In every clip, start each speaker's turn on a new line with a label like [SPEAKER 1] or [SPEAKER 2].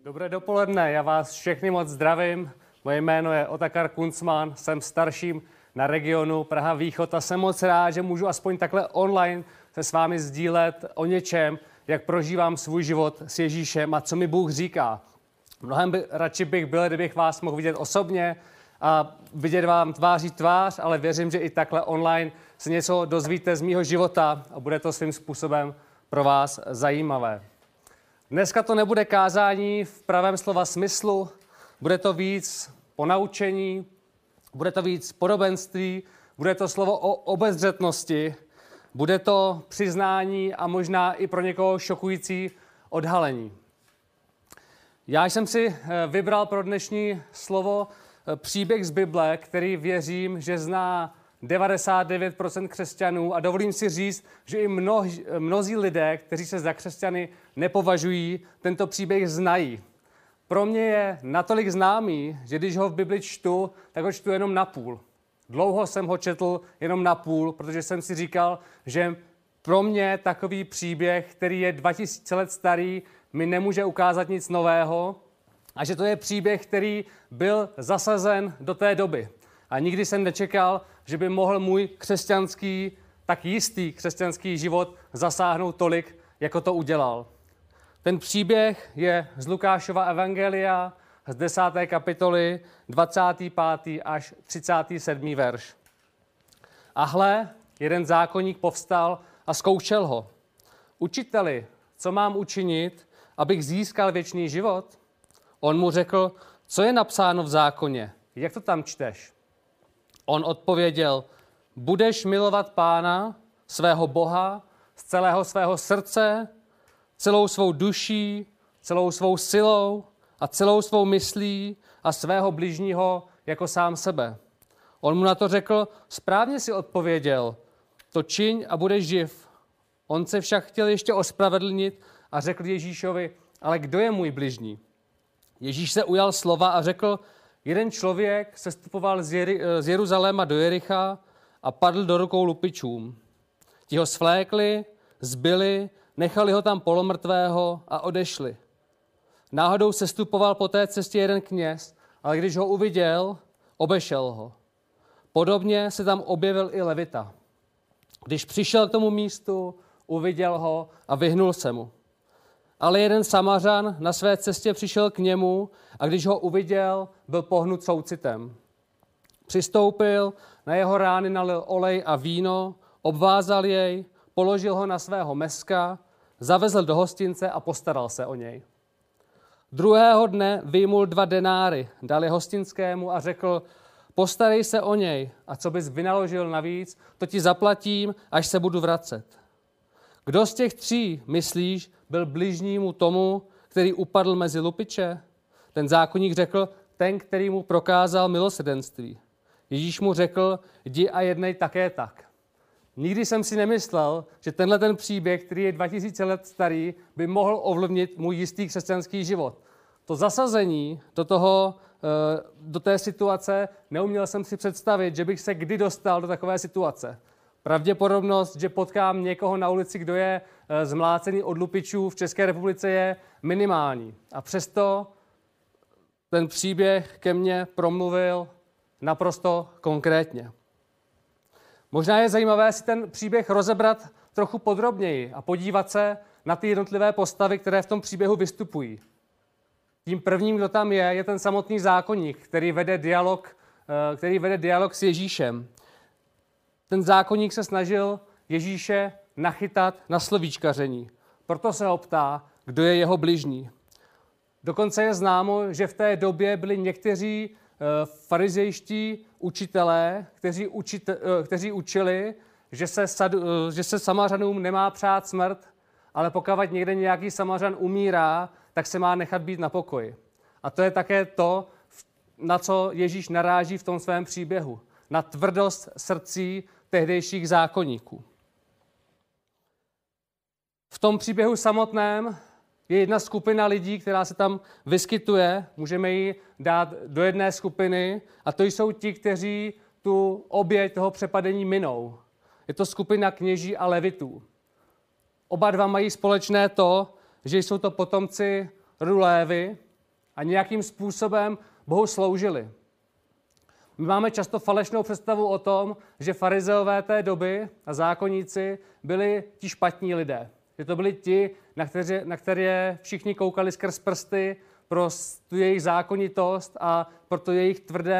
[SPEAKER 1] Dobré dopoledne, já vás všechny moc zdravím. Moje jméno je Otakar Kunzman, jsem starším na regionu Praha Východ a jsem moc rád, že můžu aspoň takhle online se s vámi sdílet o něčem, jak prožívám svůj život s Ježíšem a co mi Bůh říká. Mnohem radši bych byl, kdybych vás mohl vidět osobně a vidět vám tváří tvář, ale věřím, že i takhle online se něco dozvíte z mýho života a bude to svým způsobem pro vás zajímavé. Dneska to nebude kázání v pravém slova smyslu, bude to víc ponaučení, bude to víc podobenství, bude to slovo o obezřetnosti, bude to přiznání a možná i pro někoho šokující odhalení. Já jsem si vybral pro dnešní slovo příběh z Bible, který věřím, že zná 99% křesťanů a dovolím si říct, že i mnozí lidé, kteří se za křesťany nepovažují, tento příběh znají. Pro mě je natolik známý, že když ho v Bibli čtu, tak ho čtu jenom napůl. Dlouho jsem ho četl jenom napůl, protože jsem si říkal, že pro mě takový příběh, který je 2000 let starý, mi nemůže ukázat nic nového a že to je příběh, který byl zasazen do té doby. A nikdy jsem nečekal, že by mohl můj křesťanský, tak jistý křesťanský život zasáhnout tolik, jako to udělal. Ten příběh je z Lukášova evangelia z 10. kapitoly 25. až 37. verš. A hle, jeden zákonník povstal a zkoušel ho. Učiteli, co mám učinit, abych získal věčný život? On mu řekl, co je napsáno v zákoně, jak to tam čteš? On odpověděl, budeš milovat Pána, svého Boha, z celého svého srdce, celou svou duší, celou svou silou a celou svou myslí a svého bližního jako sám sebe. On mu na to řekl, správně si odpověděl, to čiň a budeš živ. On se však chtěl ještě ospravedlnit a řekl Ježíšovi, ale kdo je můj bližní? Ježíš se ujal slova a řekl, jeden člověk sestupoval z Jeruzaléma do Jericha a padl do rukou lupičům. Ti ho svlékli, zbili, nechali ho tam polomrtvého a odešli. Náhodou sestupoval po té cestě jeden kněz, ale když ho uviděl, obešel ho. Podobně se tam objevil i Levita. Když přišel k tomu místu, uviděl ho a vyhnul se mu. Ale jeden Samařan na své cestě přišel k němu a když ho uviděl, byl pohnut soucitem. Přistoupil, na jeho rány nalil olej a víno, obvázal jej, položil ho na svého meska, zavezl do hostince a postaral se o něj. Druhého dne vyjmul 2 denáry, dal je hostinskému a řekl, postarej se o něj a co bys vynaložil navíc, to ti zaplatím, až se budu vracet. Kdo z těch 3, myslíš, byl bližnímu tomu, který upadl mezi lupiče? Ten zákonník řekl, ten, který mu prokázal milosrdenství. Ježíš mu řekl, jdi a jednej také tak. Nikdy jsem si nemyslel, že tenhle ten příběh, který je 2000 let starý, by mohl ovlivnit můj jistý křesťanský život. To zasazení do té situace, neuměl jsem si představit, že bych se kdy dostal do takové situace. Pravděpodobnost, že potkám někoho na ulici, kdo je zmlácený od lupičů v České republice, je minimální. A přesto ten příběh ke mně promluvil naprosto konkrétně. Možná je zajímavé si ten příběh rozebrat trochu podrobněji a podívat se na ty jednotlivé postavy, které v tom příběhu vystupují. Tím prvním, kdo tam je ten samotný zákonník, který vede dialog s Ježíšem. Ten zákonník se snažil Ježíše nachytat na slovíčkaření. Proto se ho ptá, kdo je jeho bližní. Dokonce je známo, že v té době byli někteří farizejští učitelé, kteří učili, že se Samařanům nemá přát smrt, ale pokud někde nějaký Samařan umírá, tak se má nechat být na pokoji. A to je také to, na co Ježíš naráží v tom svém příběhu. Na tvrdost srdcí tehdejších zákonníků. V tom příběhu samotném je jedna skupina lidí, která se tam vyskytuje, můžeme ji dát do jedné skupiny, a to jsou ti, kteří tu oběť toho přepadení minou. Je to skupina kněží a levitů. Oba dva mají společné to, že jsou to potomci rodu Lévy a nějakým způsobem Bohu sloužili. My máme často falešnou představu o tom, že farizeové té doby a zákonníci byli ti špatní lidé. Že to byli ti, na které všichni koukali skrz prsty pro tu jejich zákonitost a pro to jejich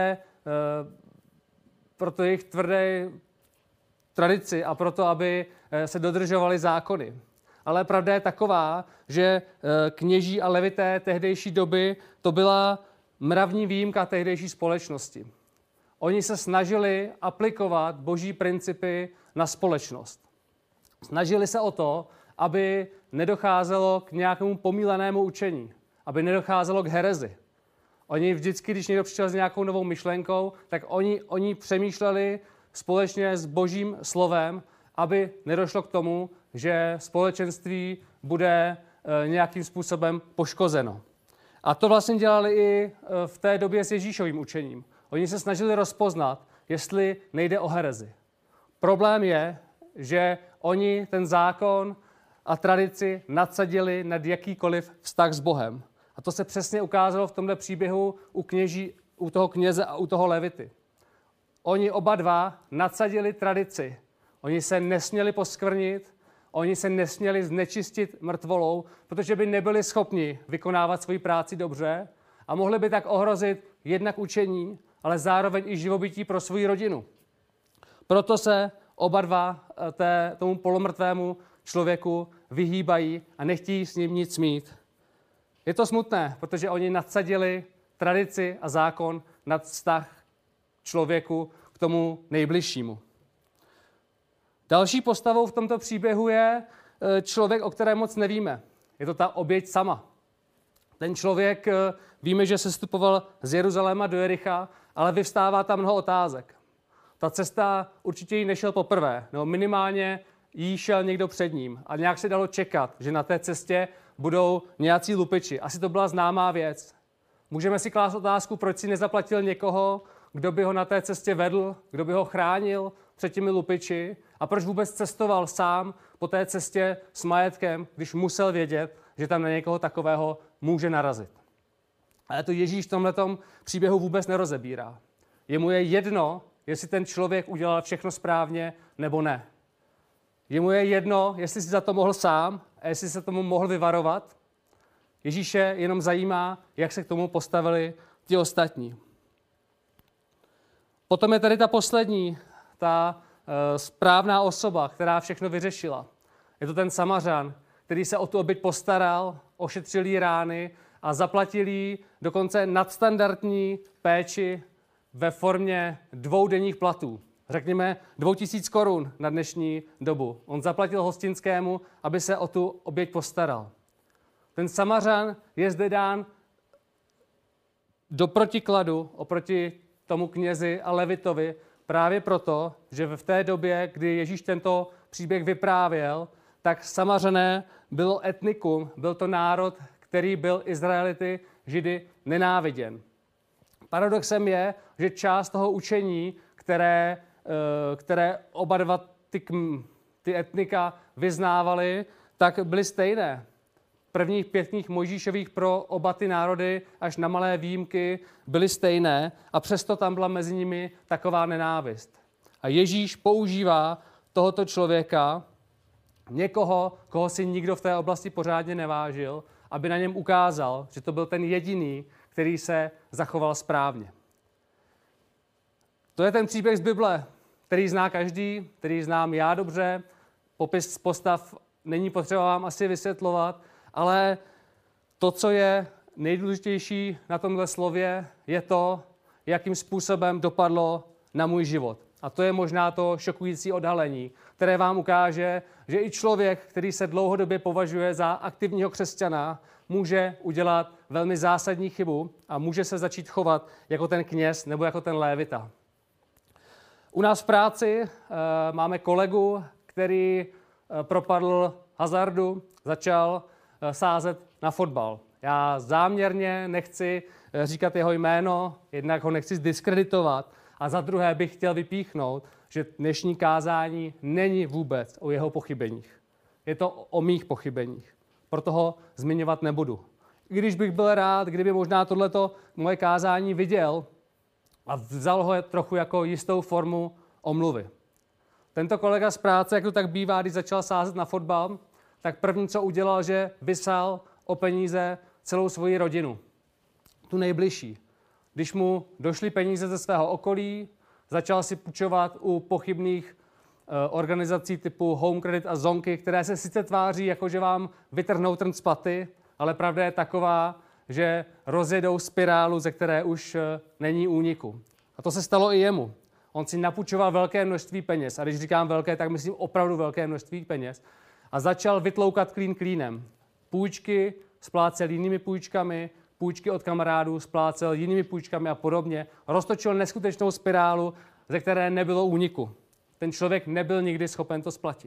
[SPEAKER 1] tvrdé tradici a proto, aby se dodržovaly zákony. Ale pravda je taková, že kněží a levité tehdejší doby to byla mravní výjimka tehdejší společnosti. Oni se snažili aplikovat boží principy na společnost. Snažili se o to, aby nedocházelo k nějakému pomílenému učení, aby nedocházelo k herezi. Oni vždycky, když někdo přišel s nějakou novou myšlenkou, tak oni přemýšleli společně s božím slovem, aby nedošlo k tomu, že společenství bude nějakým způsobem poškozeno. A to vlastně dělali i v té době s Ježíšovým učením. Oni se snažili rozpoznat, jestli nejde o herezi. Problém je, že oni ten zákon a tradici nadsadili nad jakýkoliv vztah s Bohem. A to se přesně ukázalo v tomto příběhu u toho kněze a u toho levity. Oni oba dva nadsadili tradici. Oni se nesměli poskvrnit, oni se nesměli znečistit mrtvolou, protože by nebyli schopni vykonávat svoji práci dobře a mohli by tak ohrozit jednak učení, ale zároveň i živobytí pro svou rodinu. Proto se oba dva tomu polomrtvému člověku vyhýbají a nechtějí s ním nic mít. Je to smutné, protože oni nadsadili tradici a zákon nad vztah člověku k tomu nejbližšímu. Další postavou v tomto příběhu je člověk, o kterém moc nevíme. Je to ta oběť sama. Ten člověk, víme, že sestupoval z Jeruzaléma do Jericha, ale vyvstává tam mnoho otázek. Ta cesta určitě jí nešel poprvé, nebo minimálně jí šel někdo před ním. A nějak se dalo čekat, že na té cestě budou nějací lupiči. Asi to byla známá věc. Můžeme si klást otázku, proč si nezaplatil někoho, kdo by ho na té cestě vedl, kdo by ho chránil před těmi lupiči a proč vůbec cestoval sám po té cestě s majetkem, když musel vědět, že tam na někoho takového může narazit. Ale to Ježíš v tomhletom příběhu vůbec nerozebírá. Jemu je jedno, jestli ten člověk udělal všechno správně nebo ne. Jemu je jedno, jestli si za to mohl sám a jestli se tomu mohl vyvarovat. Ježíše jenom zajímá, jak se k tomu postavili ti ostatní. Potom je tady ta poslední, ta správná osoba, která všechno vyřešila. Je to ten Samařan, který se o tu oběť postaral, ošetřil jí rány a zaplatil jí dokonce nadstandardní péči ve formě 2 denních platů. Řekněme 2000 korun na dnešní dobu. On zaplatil hostinskému, aby se o tu oběť postaral. Ten Samařan je zde dán do protikladu oproti tomu knězi a levitovi právě proto, že v té době, kdy Ježíš tento příběh vyprávěl, tak Samařané bylo etnikum, byl to národ, který byl Izraelity, Židy nenáviděn. Paradoxem je, že část toho učení, které oba dva ty etnika vyznávali, tak byly stejné. Prvních 5 knih Mojžíšových pro oba ty národy, až na malé výjimky, byly stejné a přesto tam byla mezi nimi taková nenávist. A Ježíš používá tohoto člověka, někoho, koho si nikdo v té oblasti pořádně nevážil, aby na něm ukázal, že to byl ten jediný, který se zachoval správně. To je ten příběh z Bible, který zná každý, který znám já dobře. Popis postav není potřeba vám asi vysvětlovat, ale to, co je nejdůležitější na tomhle slově, je to, jakým způsobem dopadlo na můj život. A to je možná to šokující odhalení, které vám ukáže, že i člověk, který se dlouhodobě považuje za aktivního křesťana, může udělat velmi zásadní chybu a může se začít chovat jako ten kněz nebo jako ten lévita. U nás v práci máme kolegu, který propadl hazardu, začal sázet na fotbal. Já záměrně nechci říkat jeho jméno, jednak ho nechci zdiskreditovat a za druhé bych chtěl vypíchnout, že dnešní kázání není vůbec o jeho pochybeních. Je to o mých pochybeních. Proto ho zmiňovat nebudu. když bych byl rád, kdyby možná tohleto moje kázání viděl a vzal ho trochu jako jistou formu omluvy. Tento kolega z práce, jak to tak bývá, když začal sázet na fotbal, tak první, co udělal, že vysál o peníze celou svoji rodinu. Tu nejbližší. Když mu došly peníze ze svého okolí, začal si půjčovat u pochybných organizací typu Home Credit a Zonky, které se sice tváří, jako že vám vytrhnou trn z paty, ale pravda je taková, že rozjedou spirálu, ze které už není úniku. A to se stalo i jemu. On si napůjčoval velké množství peněz. A když říkám velké, tak myslím opravdu velké množství peněz. A začal vytloukat klín klínem. Půjčky splácel jinými půjčkami, půjčky od kamarádů splácel jinými půjčkami a podobně. Roztočil neskutečnou spirálu, ze které nebylo úniku. Ten člověk nebyl nikdy schopen to splatit.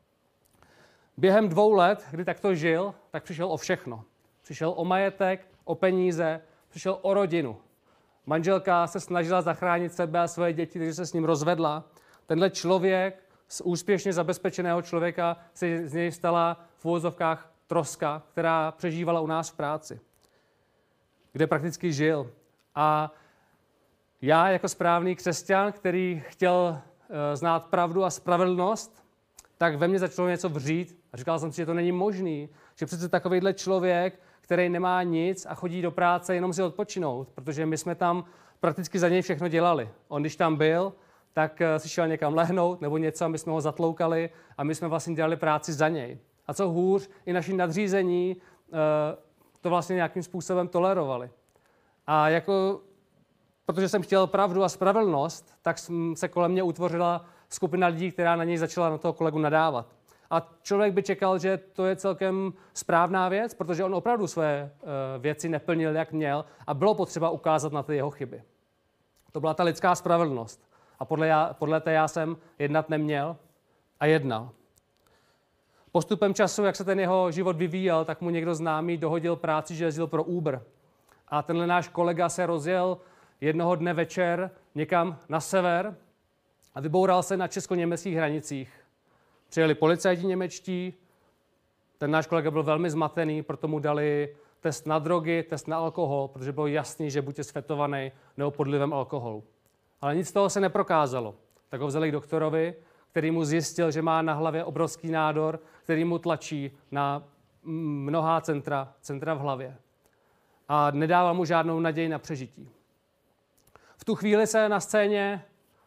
[SPEAKER 1] Během 2 let, kdy takto žil, tak přišel o všechno. Přišel o majetek, o peníze, přišel o rodinu. Manželka se snažila zachránit sebe a svoje děti, takže se s ním rozvedla. Tenhle člověk, z úspěšně zabezpečeného člověka, se z něj stala v uvozovkách troska, která přežívala u nás v práci, kde prakticky žil. A já jako správný křesťan, který chtěl znát pravdu a spravedlnost, tak ve mně začalo něco vřít a říkal jsem si, že to není možný, že přece takovýhle člověk, který nemá nic a chodí do práce jenom si odpočinout, protože my jsme tam prakticky za něj všechno dělali. On když tam byl, tak si šel někam lehnout nebo něco a my jsme ho zatloukali a my jsme vlastně dělali práci za něj. A co hůř, i naši nadřízení to vlastně nějakým způsobem tolerovali. A protože jsem chtěl pravdu a spravedlnost, tak se kolem mě utvořila skupina lidí, která na něj začala na toho kolegu nadávat. A člověk by čekal, že to je celkem správná věc, protože on opravdu své věci neplnil, jak měl a bylo potřeba ukázat na ty jeho chyby. To byla ta lidská spravedlnost. A podle té já jsem jednat neměl a jednal. Postupem času, jak se ten jeho život vyvíjel, tak mu někdo známý dohodil práci, že jezdil pro Uber. A tenhle náš kolega se rozjel jednoho dne večer někam na sever a vyboural se na česko-německých hranicích. Přijeli policajti němečtí, ten náš kolega byl velmi zmatený, proto mu dali test na drogy, test na alkohol, protože bylo jasný, že buď je sfetovaný nebo pod vlivem alkoholu. Ale nic z toho se neprokázalo. Tak ho vzali k doktorovi, který mu zjistil, že má na hlavě obrovský nádor, který mu tlačí na mnohá centra v hlavě. A nedával mu žádnou naději na přežití. V tu chvíli se na scéně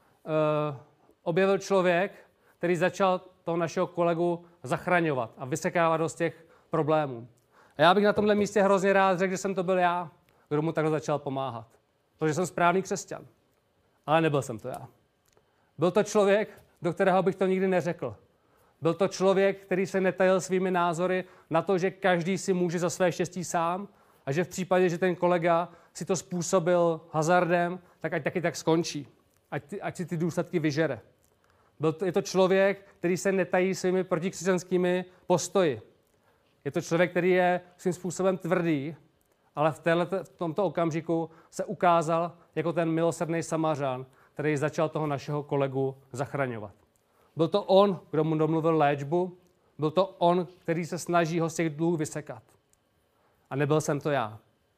[SPEAKER 1] objevil člověk, který začal toho našeho kolegu zachraňovat a vysekávat ho z těch problémů. A já bych na tomhle místě hrozně rád řekl, že jsem to byl já, kdo mu takhle začal pomáhat. Protože jsem správný křesťan. Ale nebyl jsem to já. Byl to člověk, do kterého bych to nikdy neřekl. Byl to člověk, který se netajil svými názory na to, že každý si může za své štěstí sám a že v případě, že ten kolega si to způsobil hazardem, tak ať taky tak skončí. Ať si ty důsledky vyžere. Je to člověk, který se netají svými protikřesťanskými postoji. Je to člověk, který je svým způsobem tvrdý, ale v tomto okamžiku se ukázal jako ten milosrdný Samařan, který začal toho našeho kolegu zachraňovat. Byl to on, kdo mu domluvil léčbu, byl to on, který se snaží ho z těch dluhů vysekat. A nebyl jsem to já.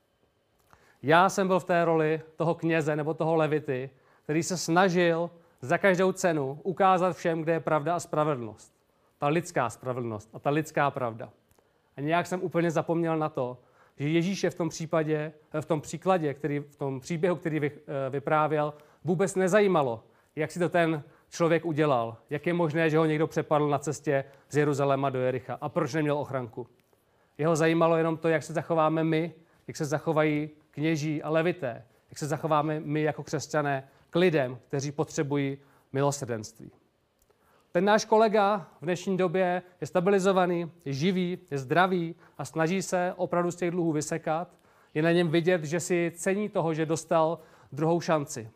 [SPEAKER 1] Já jsem byl v té roli toho kněze nebo toho levity, který se snažil za každou cenu ukázat všem, kde je pravda a spravedlnost. Ta lidská spravedlnost a ta lidská pravda. A nějak jsem úplně zapomněl na to, že Ježíš je v tom příběhu, který vyprávěl, vůbec nezajímalo, jak si to ten člověk udělal, jak je možné, že ho někdo přepadl na cestě z Jeruzaléma do Jericha a proč neměl ochranku. Jeho zajímalo jenom to, jak se zachováme my, jak se zachovají kněží a levité, jak se zachováme my jako křesťané k lidem, kteří potřebují milosrdenství. Ten náš kolega v dnešní době je stabilizovaný, je živý, je zdravý a snaží se opravdu z těch dluhů vysekat. Je na něm vidět, že si cení toho, že dostal druhou šanci.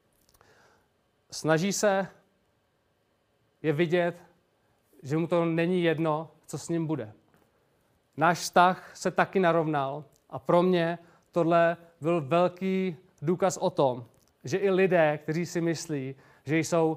[SPEAKER 1] Snaží se, je vidět, že mu to není jedno, co s ním bude. Náš vztah se taky narovnal a pro mě tohle byl velký důkaz o tom, že i lidé, kteří si myslí, že jsou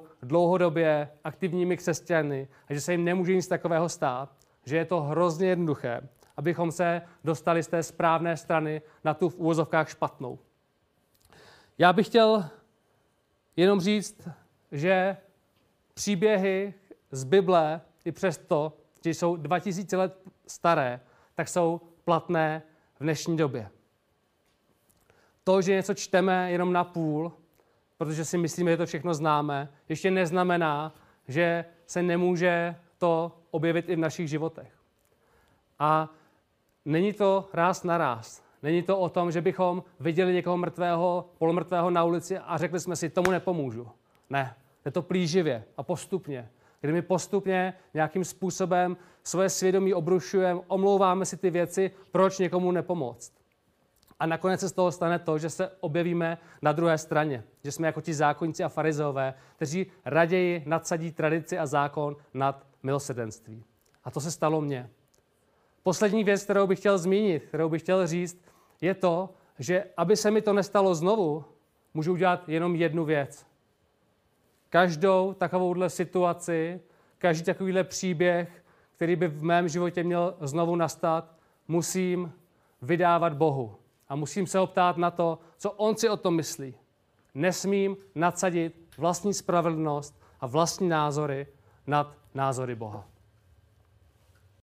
[SPEAKER 1] dlouhodobě aktivními křesťany a že se jim nemůže nic takového stát, že je to hrozně jednoduché abychom se dostali z té správné strany na tu v úvozovkách špatnou. Já bych chtěl jenom říct, že příběhy z Bible, i přesto, že jsou 2000 let staré, tak jsou platné v dnešní době. To, že něco čteme jenom na půl, protože si myslíme, že to všechno známe, ještě neznamená, že se nemůže to objevit i v našich životech. A není to ráz na ráz. Není to o tom, že bychom viděli někoho mrtvého, polomrtvého na ulici a řekli jsme si, tomu nepomůžu. Ne, je to plíživě a postupně. Kdy my postupně nějakým způsobem svoje svědomí obrušujeme, omlouváme si ty věci, proč někomu nepomoct. A nakonec se z toho stane to, že se objevíme na druhé straně. Že jsme jako ti zákonníci a farizeové, kteří raději nadsadí tradici a zákon nad milosrdenství. A to se stalo mně. Poslední věc, kterou bych chtěl zmínit, kterou bych chtěl říct, je to, že aby se mi to nestalo znovu, můžu udělat jenom jednu věc. Každou takovouhle situaci, každý takovýhle příběh, který by v mém životě měl znovu nastat, musím vydávat Bohu. A musím se ho ptát na to, co on si o tom myslí. Nesmím nadsadit vlastní spravedlnost a vlastní názory nad názory Boha.